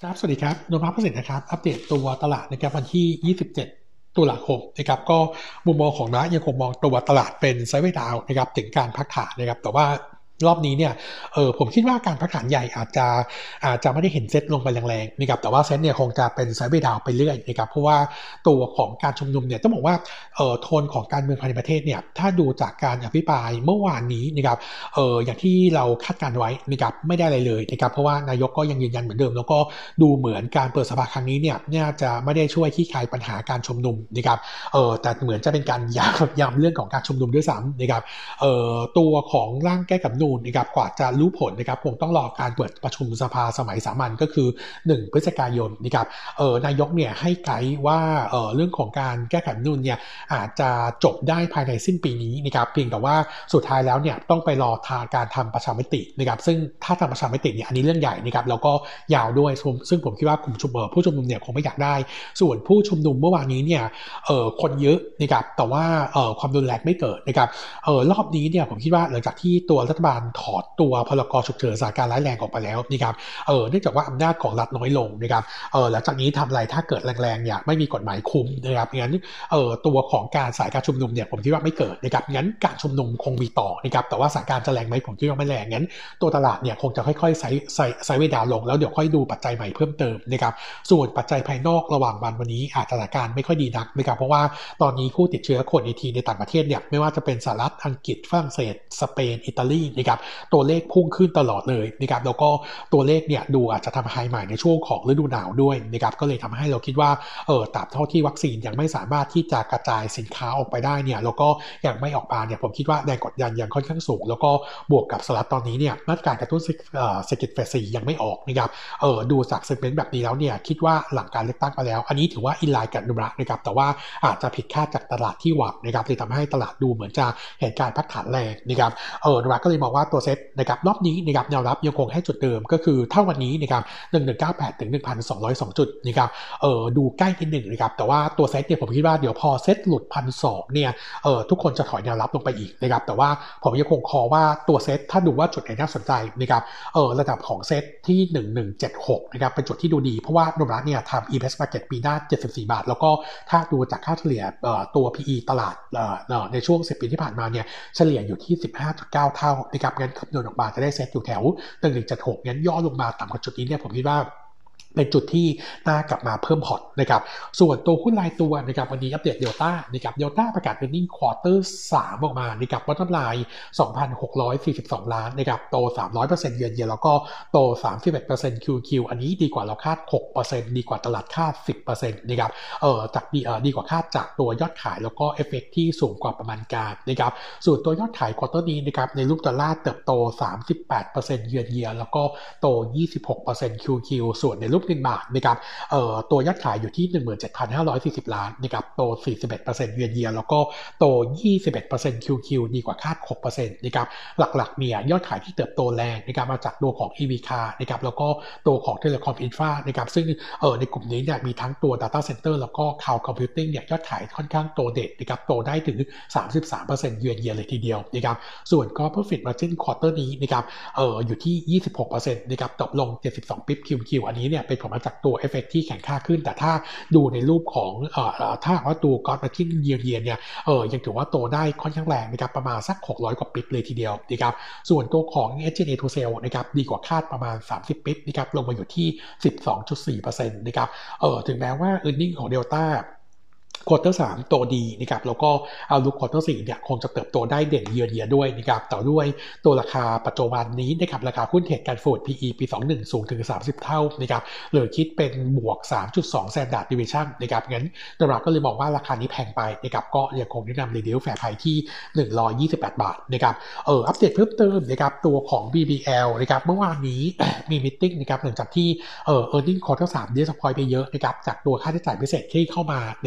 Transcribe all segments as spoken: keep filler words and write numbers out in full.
ครับสวัสดีครับนพประสิทธิ์นะครับอัปเดตตัวตลาดนะครับวันที่ยี่สิบเจ็ดตุลาคมนะครับก็มุมมองของนักยังคงมองตัวตลาดเป็นไซด์เวย์ดาวน์นะครับถึงการพักฐานนะครับแต่ว่ารอบนี้เนี่ยเออผมคิดว่าการพักฐานใหญ่อาจจะอาจจะไม่ได้เห็นเซตลงไปแรงๆนะครับแต่ว่าเซตเนี่ยคงจะเป็นไซด์เวย์ดาวน์ไปเรื่อยนะครับเพราะว่าตัวของการชุมนุมเนี่ยต้องบอกว่าเออโทนของการเมืองภายในประเทศเนี่ยถ้าดูจากการอภิปรายเมื่อวานนี้นะครับเอออย่างที่เราคาดการไว้นะครับไม่ได้อะไรเลยนะครับเพราะว่านายกก็ยังยืนยันเหมือนเดิมแล้วก็ดูเหมือนการเปิดสภาครั้งนี้เนี่ยน่าจะไม่ได้ช่วยคลี่คลายปัญหาการชุมนุมนะครับเออแต่เหมือนจะเป็นการย้ำย้ำเรื่องของการชุมนุมด้วยซ้ำนะครับเออตัวของร่างแก้ไขรัฐธรรมนูญนะครับกว่าจะรู้ผลนะครับคงต้องรอการเปิดประชุมสภาสมัยสามัญก็คือหนึ่งพฤศจิกายนนะครับเออนายกเนี่ยให้ไกด์ว่าเออเรื่องของการแก้ไขรัฐธรรมนูญเนี่ยอาจจะจบได้ภายในสิ้นปีนี้นะครับเพียงแต่ว่าสุดท้ายแล้วเนี่ยต้องไปรอทางการทำประชามตินะครับซึ่งถ้าทำประชามติเนี่ยอันนี้เรื่องใหญ่นะครับแล้วก็ยาวด้วยซึ่งผมคิดว่ากลุ่มชุมนุมผู้ชุมนุมเนี่ยคงไม่อยากได้ส่วนผู้ชุมนุมเมื่อวานนี้เนี่ยเออคนเยอะนะครับแต่ว่าเออความรุนแรงไม่เกิดนะครับเออรอบนี้เนี่ยผมคิดว่าหลังจากที่ตัวรัฐบาลถอดตัวพรกฉุกเฉินสถานการณ์ร้ายแรงออกไปแล้วนะครับเออเนื่องจากว่าอำนาจของรัฐน้อยลงนะครับเออหลังจากนี้ทำอะไรถ้าเกิดแรงๆเนี่ยไม่มีกฎหมายคุมนะครับงั้นเออตัวของการสายการชุมนุมเนี่ยผมคิดว่าไม่เกิดนะครับงั้นการชุมนุมคงมีต่อนะครับแต่ว่าสถานการณ์จะแรงไหมผมคิดว่าไม่แรงงั้นตัวตลาดเนี่ยคงจะค่อยๆไซไซไซเวดาวลงแล้วเดี๋ยวค่อยดูปัจจัยใหม่เพิ่มเติมนะครับส่วนปัจจัยภายนอกระหว่างวันวันนี้อาจจะสถานการณ์ไม่ค่อยดีนักนะครับเพราะว่าตอนนี้ผู้ติดเชื้อโควิด สิบเก้า ในต่างประเทศเนี่ยไม่ว่าจะเป็นสหรัฐอังกฤษฝรั่งเศสสเปนอิตาลีนะครับตัวเลขพุ่งขึ้นตลอดเลยนะครับแล้วก็ตัวเลขเนี่ยดูอาจจะทำไฮใหม่ในช่วงของฤดูหนาวด้วยนะครับก็เลยทำให้เราคิดว่าเออตราบเท่าที่วัคซีนยังไม่สามารถที่จะกระจายสินค้าออกไปได้เนี่ยแล้วก็ยังไม่ออกมาเนี่ยผมคิดว่าแรงกดดันยังค่อนข้างสูงแล้วก็บวกกับสหรัฐตอนนี้เนี่ยมาตรการกระตุ้นเศรษฐกิจเฟสสี่ยังไม่ออกนะครับเออดูจากเซกเมนต์แบบนี้แล้วเนี่ยคิดว่าหลังการเลือกตั้งไปแล้วอันนี้ถือว่าอินไลน์กับนุมระนะครับแต่ว่าอาจจะผิดคาดจากตลาดที่หวังนะครับเลยทำให้ตลาดดูเหมือนจะเห็นการพักฐานแรงนะครับเออนุมระก็เลยมองว่าตัวเซ็ตนะครับรอบนี้นะครับแนวรับยังคงให้จุดเดิมก็คือถ้าวันนี้นะครับหนึ่งพันหนึ่งร้อยเก้าสิบแปดถึง หนึ่งพันสองร้อยสอง จุดนะครับเออดูใกล้นิดหนึ่งนะครับแต่ว่าตัวเซ็ตเนี่ยผมคิดว่าเดี๋ยวพอเซ็ตหลุด หนึ่งพันสองร้อย เนี่ยเออทุกคนจะถอยแนวรับลงไปอีกนะครับแต่ว่าผมยังคงคอว่าตัวเซ็ตถ้าดูว่าจุดไหนน่าสนใจนะครับเออระดับของเซ็ตที่หนึ่งพันหนึ่งร้อยเจ็ดสิบหกนะครับเป็นจุดที่ดูดีเพราะว่านุมระเนี่ยทำ อี พี อี เอส Market ปีหน้าเจ็ดสิบสี่บาทแล้วก็ถ้าดูจากค่าเฉลี่ยเอ่อตัว พี อี ตลาดเอ่อในช่วงสิบปีที่ผ่านมาเนี่ยเฉลี่ยอยู่ที่ สิบห้าจุดเก้า เท่านะครับงั้นคำนวณออกมาจะได้เซ็ตอยู่แถวหนึ่งพันหนึ่งร้อยเจ็ดสิบหกงั้นย่อลงมาต่ำกว่าจุดนี้เนี่ยผมคิดว่าเป็นจุดที่น่ากลับมาเพิ่มพอร์ตนะครับส่วนตัวหุ้นรายตัวนะครับวันนี้อัปเดตเดลต้านะครับเดลต้าประกาศเป็นนิ่งควอเตอร์สามออกมานะครับวัตถุกำไร สองพันหกร้อยสี่สิบสอง ล้านนะครับโต สามร้อยเปอร์เซ็นต์ เยือนเยียแล้วก็โต สามสิบเอ็ดเปอร์เซ็นต์ คิว คิว อันนี้ดีกว่าเราคาด หกเปอร์เซ็นต์ ดีกว่าตลาดคาด สิบเปอร์เซ็นต์ นะครับเอ่อจากดีเอ่อดีกว่าคาดจากตัวยอดขายแล้วก็เอฟเฟกต์ที่สูงกว่าประมาณการนะครับส่วนตัวยอดขายควอเตอร์นี้นะครับในรูปดอลลาร์เติบโต สามสิบแปดเปอร์เซ็นต์ เยือนเยียแล้วก็โต ยี่สิบหกเปอร์เซ็นต์ คิว คิว ส่วนในรูปเงินบาทนะครับเอ่อตัวยอดขายอยู่ที่ หนึ่งหมื่นเจ็ดพันห้าร้อยสี่สิบ ล้านนะครับโต สี่สิบเอ็ดเปอร์เซ็นต์ เยือนเยียแล้วก็โต ยี่สิบเอ็ดเปอร์เซ็นต์ คิว คิว ดีกว่าคาด หกเปอร์เซ็นต์ นะครับหลักๆเนี่ยยอดขายที่เติบโตแรงนะครับมาจากตัวของ อี วี Car นะครับแล้วก็ตัวของ Telecom Infra นะครับซึ่งเอ่อในกลุ่มนี้เนี่ยมีทั้งตัว Data Center แล้วก็ Cloud Computing เนี่ยยอดขายค่อนข้างโตเด่นนะครับโตได้ถึง สามสิบสามเปอร์เซ็นต์ เยือนเยียเลยทีเดียวนะครับส่วนก็ Profit Margin Quarter นี้นะครับเอ่ออยู่ที่ ยี่สิบหกเปอร์เซ็นต์ นะครับตกลงเจ็ดสิบสองปิ๊บ คิว คิว อันนี้เนี่ยเป็นผลมาจากตัวเอฟเฟกต์ที่แข็งค่าขึ้นแต่ถ้าดูในรูปของเอ่อถ้าว่าตัว Gross Margin Year Year เนี่ยเออยังถือว่าโตได้ค่อนข้างแรงนะครับประมาณสักหกร้อยกว่าปิ๊บเลยทีเดียวนะครับส่วนตัวของ เอส จี เอ็น เอ to Sales นะครับดีกว่าคาดประมาณสามสิบปิ๊บนะครับลงมาอยู่ที่ สิบสองจุดสี่เปอร์เซ็นต์ นะครับเออถึงแม้ว่า Earning ของ Deltaควอเตอร์สามโตดีนะครับแล้วก็เอาลุกควอเตอร์สี่เนี่ยคงจะเติบโตได้เด่นเยียร์เยียด้วยนะครับแต่ด้วยตัวราคาปัจจุบันนี้นะครับราคาหุ้นเทรดการฟูด พี อี ปีสองพันสิบเอ็ดสูงถึงสามสิบเท่านะครับหรือคิดเป็นบวก สามจุดสอง Standard Deviation นะครับงั้นตลาดก็เลยมองว่าราคานี้แพงไปนะครับก็ยังคงแนะนำ Reduce Fair Price ที่หนึ่งร้อยยี่สิบแปดบาทนะครับเอออัปเดตเพิ่มเติมนะครับตัวของ บี บี แอล นะครับเมื่อวานนี้ มีมีตติ้งนะครับหลังจากที่เออ Earning Quarter สาม Disappoint ไปเยอะนะครับจากตัวค่าใช้จ่ายพิเศษที่เข้ามานะครับ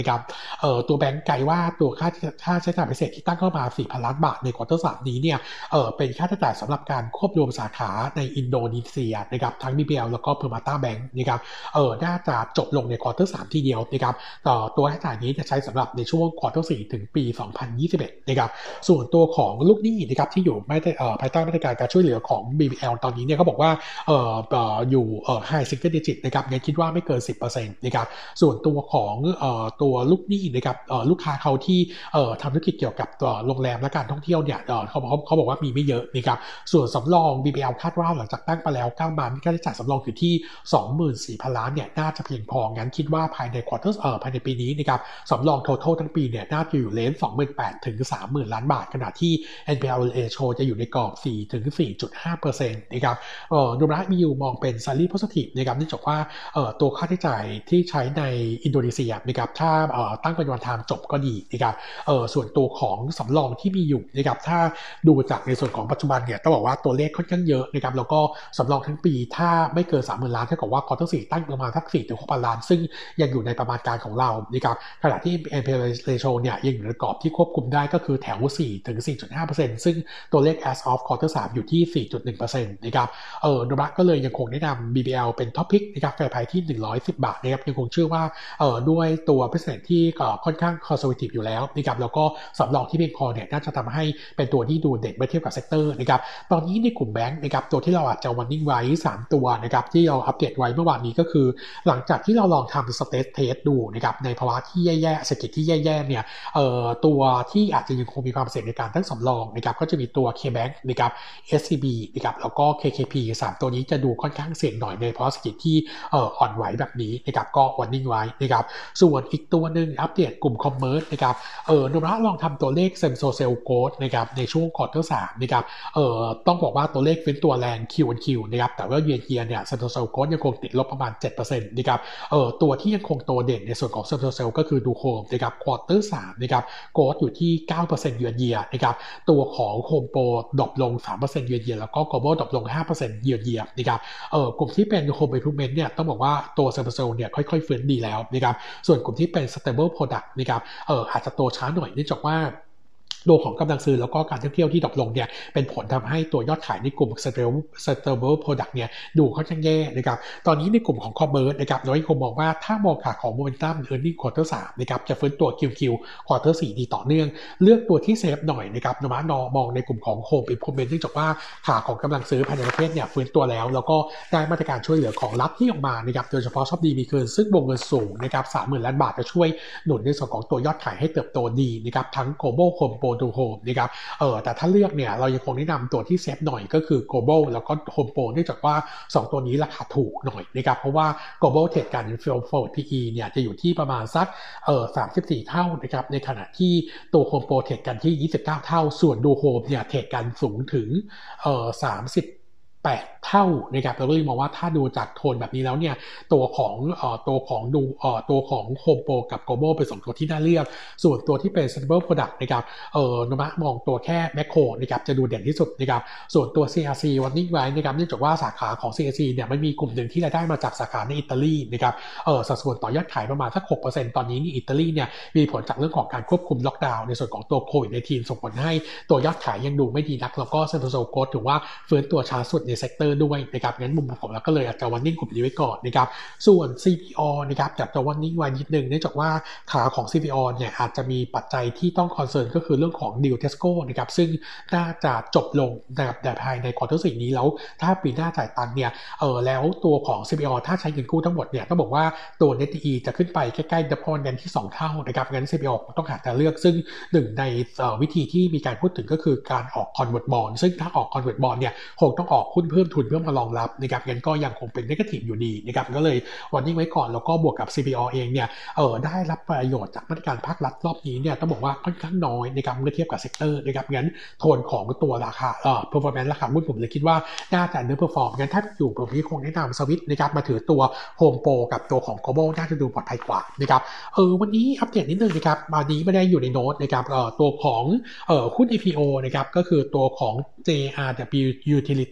เอ่อตัวแบงก์ไกด์ว่าตัวค่าค่าใช้จ่ายพิเศษที่ตั้งเข้ามา สี่พัน ล้านบาทในควอเตอร์สามนี้เนี่ยเอ่อเป็นค่าใช้จ่ายสำหรับการควบรวมสาขาในอินโดนีเซียนะครับทั้ง บี บี แอล แล้วก็ Permata Bank นะครับเอ่อน่าจะจบลงในควอเตอร์สามทีเดียวนะครับต่อตัวค่าใช้จ่ายนี้จะใช้สำหรับในช่วงควอเตอร์สี่ถึงปีสองพันยี่สิบเอ็ดนะครับส่วนตัวของลูกหนี้นะครับที่อยู่ไม่ได้เอ่อภายใต้มาตรการการช่วยเหลือของ บี บี แอล ตอนนี้เนี่ยเขาบอกว่าเอ่อเอ่ออยู่เอ่อ high single digit นะครับงั้นคิดว่าไม่เกิน สิบเปอร์เซ็นต์ นะครับส่วนตัวของเอ่อตัวลูกหนี้นะครับเอ่อลูกค้าเขาที่เอ่อทำธุรกิจเกี่ยวกับตัวโรงแรมและการท่องเที่ยวเนี่ยเอ่อเขาบอกเขาบอกว่ามีไม่เยอะนะครับส่วนสำรอง บี บี แอล คาดว่าหลังจากตั้งไปแล้วเก้าวันค่าใช้จ่ายสำรองอยู่ที่ สองหมื่นสี่พัน ล้านเนี่ยน่าจะเพียงพองั้นคิดว่าภายในควอเตอร์เอ่อภายในปีนี้นะครับสำรอง total ทั้งปีเนี่ยน่าจะอยู่เลนส์ สองหมื่นแปดพัน ถึง สามหมื่น ล้านบาทขณะที่ เอ็น พี แอล ratio จะอยู่ในกรอบ สี่ถึงสี่จุดห้าเปอร์เซ็นต์ นะครับเอ่อดูระมีอยู่มองเป็น slightly positive นะครับเนื่องจากว่าเอ่อตัวค่าใช้จ่ายที่ใช้ในอินโดนีเซียนะครับถ้าเอ่อตั้งเป็นวันไทม์จบก็ดีนะครับเอ่อส่วนตัวของสำรองที่มีอยู่นะครับถ้าดูจากในส่วนของปัจจุบันเนี่ยต้องบอกว่าตัวเลขค่อนข้างเยอะนะครับแล้วก็สำรองทั้งปีถ้าไม่เกิน สามหมื่น ล้านเท่ากับว่าควอเตอร์สี่ตั้งประมาณสัก สี่ถึงหกพัน ล้านซึ่งยังอยู่ในประมาณการของเรานะครับขณะที่ เอ็น พี แอล ratio เนี่ยยังอยู่ในกรอบที่ควบคุมได้ก็คือแถว สี่ถึงสี่จุดห้าเปอร์เซ็นต์ ซึ่งตัวเลข as of quarter สามอยู่ที่ สี่จุดหนึ่งเปอร์เซ็นต์ นะครับเออโนบะก็เลยยังคงแนะนำ บี บี แอล เป็นท็อปพิกนะครับแฟร์ไพรซ์ที่หนึ่งร้อยสิบบาทนะครับยังคงเชื่อว่าเออด้วยตัว percent ที่ค่อนข้าง conservative อยู่แล้วนะครับแล้วก็สำรองที่เพียงพอเนี่ยน่าจะทำให้เป็นตัวที่ดูเด่นเมื่อเทียบกับเซกเตอร์นะครับตอนนี้ในกลุ่มแบงก์นะครับตัวที่เราอาจจะ warning ไว้สามตัวนะครับที่เราอัปเดตไว้เมื่อวานนี้ก็คือหลังจากที่เราลองทำ stress test ดูนะครับในภาวะที่แย่ๆเศรษฐกิจที่แย่ๆเนี่ยเอ่อตัวที่อาจจะยังคงมีความเสี่ยงในการตั้งสำรองนะครับก็จะมีตัว K-Bank นะครับ เอส ซี บี นะครับแล้วก็ เค เค พี สามตัวนี้จะดูค่อนข้างเสี่ยงหน่อยในภาวะเศรษฐกิจที่เอ่ออ่อนไหวแบบนี้นะครับก็ warning ไว้นะครับส่วนอีกตัวนึงอัปเดตกลุ่ม commerce นะครับเอ่อนุระลองทำตัวเลข same-store sales growth นะครับในช่วง quarter สามนะครับเอ่อต้องบอกว่าตัวเลขเป็นตัวแรง Q on Q นะครับแต่ว่า year on year เนี่ย same-store sales growth ยังคงติดลบประมาณ เจ็ดเปอร์เซ็นต์ นะครับเอ่อตัวที่ยังคงโตเด่นในส่วนของ same-store sales ก็คือดูโฮมนะครับ quarter สามนะครับ growth อยู่ที่ เก้าเปอร์เซ็นต์ year on year นะครับตัวของ Home Pro ดรอปลง สามเปอร์เซ็นต์ year on year แล้วก็ Global ดรอปลง ห้าเปอร์เซ็นต์ year on year นะครับเอ่อกลุ่มที่เป็น Home Improvement เนี่ยต้องบอกว่าตัว same-store sales เนี่ยค่อยๆฟื้นดีแล้วนะครับส่วนกลุ่มที่เป็น stable product นะครับเอ่ออาจจะโตช้าหน่อยเนื่องจากว่าตัวของกำลังซื้อแล้วก็การท่องเที่ยวที่ดรอปลงเนี่ยเป็นผลทำให้ตัวยอดขายในกลุ่ม stable stable product เนี่ยดูค่อนข้างแย่นะครับตอนนี้ในกลุ่มของ commerce นะครับน้อยคงมองว่าถ้ามองขาของ momentum earning quarter สามนะครับจะฟื้นตัว คิว คิว quarter สี่ดีต่อเนื่องเลือกตัวที่เซฟหน่อยนะครับนมานอมองในกลุ่มของ home improvement เนื่องจากว่าขาของกำลังซื้อภายในประเทศเนี่ยฟื้นตัวแล้วแล้วก็ได้มาตรการช่วยเหลือของรัฐที่ออกมานะครับโดยเฉพาะชอบดีมีคืนซึ่งวงเงินสูงนะครับ สามหมื่น ล้านบาทจะช่วยหนุนในส่วนของตัวยอดขายให้เติบโตดีนะครับทั้ง global home pro to home นะครับเออแต่ถ้าเลือกเนี่ยเรายังคงแนะนำตัวที่เซฟหน่อยก็คือ global แล้วก็ home pro เนื่องจากว่าสองตัวนี้ราคาถูกหน่อยนะครับเพราะว่า global เทรดกัน forward พี อี เนี่ยจะอยู่ที่ประมาณสักเออสามสิบสี่เท่านะครับในขณะที่ตัว home pro เทรดกันที่ยี่สิบเก้าเท่าส่วนดู home เนี่ยเทรดกันสูงถึงเออสามสิบแปดเท่านะครับเราก็เลยมองว่าถ้าดูจากโทนแบบนี้แล้วเนี่ยตัวของเอ่อตัวของดูเอ่อตัวของ Home Pro กับ Global เป็นสองตัวที่น่าเลือกส่วนตัวที่เป็น Stable Product นะครับเอ่อนมะมองตัวแค่ Macro นะครับจะดูเด่นที่สุดนะครับส่วนตัว ซี อาร์ ซี วันนี้ไว้นะครับเนื่องจากว่าสาขาของ ซี อาร์ ซี เนี่ยมันมีกลุ่มหนึ่งที่รายได้มาจากสาขาในอิตาลีนะครับเอ่อสัดส่วนต่อยอดขายประมาณสัก หกเปอร์เซ็นต์ ตอนนี้นี่อิตาลีเนี่ยมีผลจากเรื่องของการควบคุมล็อกดาวน์ในส่วนของตัวโควิด สิบเก้า ส่งผลให้ตัวยอดขายยังดูไม่ดีนักแล้วก็ Same Store Growth ถือว่าฟื้นตัวช้าสุดในเซกเตอร์ด้วยนะครับงั้นมุมผมเราก็เลยอาจจะวันนิ่งกลุ่มนี้ไว้ก่อนนะครับส่วน ซี พี โอ นะครับจับจะวันนิ่งไว้นิดนึงเนื่องจากว่าขาของ ซี พี โอ เนี่ยอาจจะมีปัจจัยที่ต้องคอนเซิร์นก็คือเรื่องของดีลเทสโก้นะครับซึ่งน่าจะจบลงนะครับแต่ภายในควอเตอร์สี่นี้แล้วถ้าปีหน้าจ่ายตังค์เนี่ยเออแล้วตัวของ ซี พี โอ ถ้าใช้เงินกู้ทั้งหมดเนี่ยต้องบอกว่าตัว Net ดี อี จะขึ้นไปใกล้ๆ deployment ที่สองเท่านะครับงั้น ซี พี โอ ต้องหาทางเลือกซึ่งหนึ่งในวิธีที่มีการพูดถึงก็คือการออก convert bond ซึ่งถ้าออก convert bond เนี่ยคงต้องออกหุ้นเพิ่มทุนเพื่อมารองรับนะครับงั้นก็ยังคงเป็น negative อยู่ดีนะครับก็เลยวันนี้ไว้ก่อนแล้วก็บวกกับ ซี พี โอ เองเนี่ยเออได้รับประโยชน์จากมาตรการภาครัฐรอบนี้เนี่ยต้องบอกว่าค่อนข้างน้อยนะครับเมื่อเทียบกับเซกเตอร์นะครับงั้นโทนของตัวราคาเอ่อ performance ราคาหุ้นผมเลยคิดว่าน่าจะ underperform งั้นถ้าอยู่ผมที่คงแนะนำสวิตช์นะครับมาถือตัว Home Pro กับตัวของ Global น่าจะดูปลอดภัยกว่านะครับเออวันนี้อัปเดตนิดนึงนะครับวันนี้ไม่ได้อยู่ในโน้ตนะครับเอ่อตัวของเอ่อหุ้น ไอ พี โอ นะครับก็คือตัวของ เจ อาร์ ดับเบิลยู Utility ใช้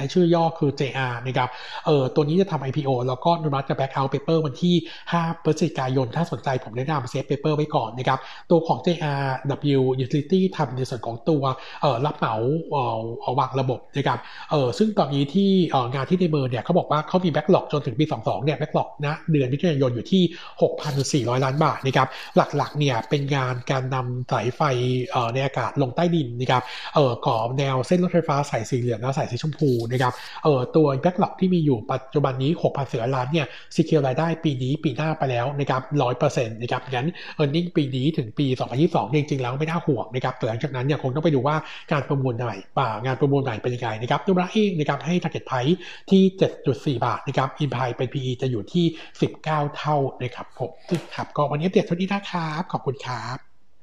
ชื่อย่อคือ เจ อาร์ นะครับเออตัวนี้จะทำ ไอ พี โอ แล้วก็อนุมัติจะ back out paper วันที่ห้าพฤศจิกายนถ้าสนใจผมแนะนำเซฟ paper ไว้ก่อนนะครับตัวของ เจ อาร์ ดับเบิลยู Utility ทำในส่วนของตัวเอ่อรับเหมาเอ่อวางระบบนะครับเออซึ่งตอนนี้ที่เอ่องานที่ในเมืองเนี่ยเขาบอกว่าเขามี backlog จนถึงปีสองสิบสองเนี่ย backlog นะเดือนมิถุนายนอยู่ที่ หกพันสี่ร้อย ล้านบาทนะครับหลักๆเนี่ยเป็นงานการนำสายไฟเอ่อในอากาศลงใต้ดินนะครับเอ่อก่อแนวเส้นรถไฟฟ้าสายสีเหลืองและสายสีชมพูนะครับเอ่อตัว backlog ที่มีอยู่ปัจจุบันนี้ หกพันสี่ร้อย ล้านเนี่ย secure รายได้ปีนี้ปีหน้าไปแล้วนะครับ หนึ่งร้อยเปอร์เซ็นต์ นะครับงั้น earning ปีนี้ถึงปีสองพันยี่สิบสองจริงๆแล้วไม่น่าห่วงนะครับแต่หลังจากนั้นเนี่ยคงต้องไปดูว่าการประมูลใหม่ป่างานประมูลใหม่เป็นยังไงนะครับตัวละเองนะครับให้ target price ที่ เจ็ดจุดสี่ บาทนะครับ implied เป็น พี อี จะอยู่ที่สิบเก้าเท่านะครับผมครับก็วันนี้เปลี่ยนเท่านี้นะครับขอบคุณครับ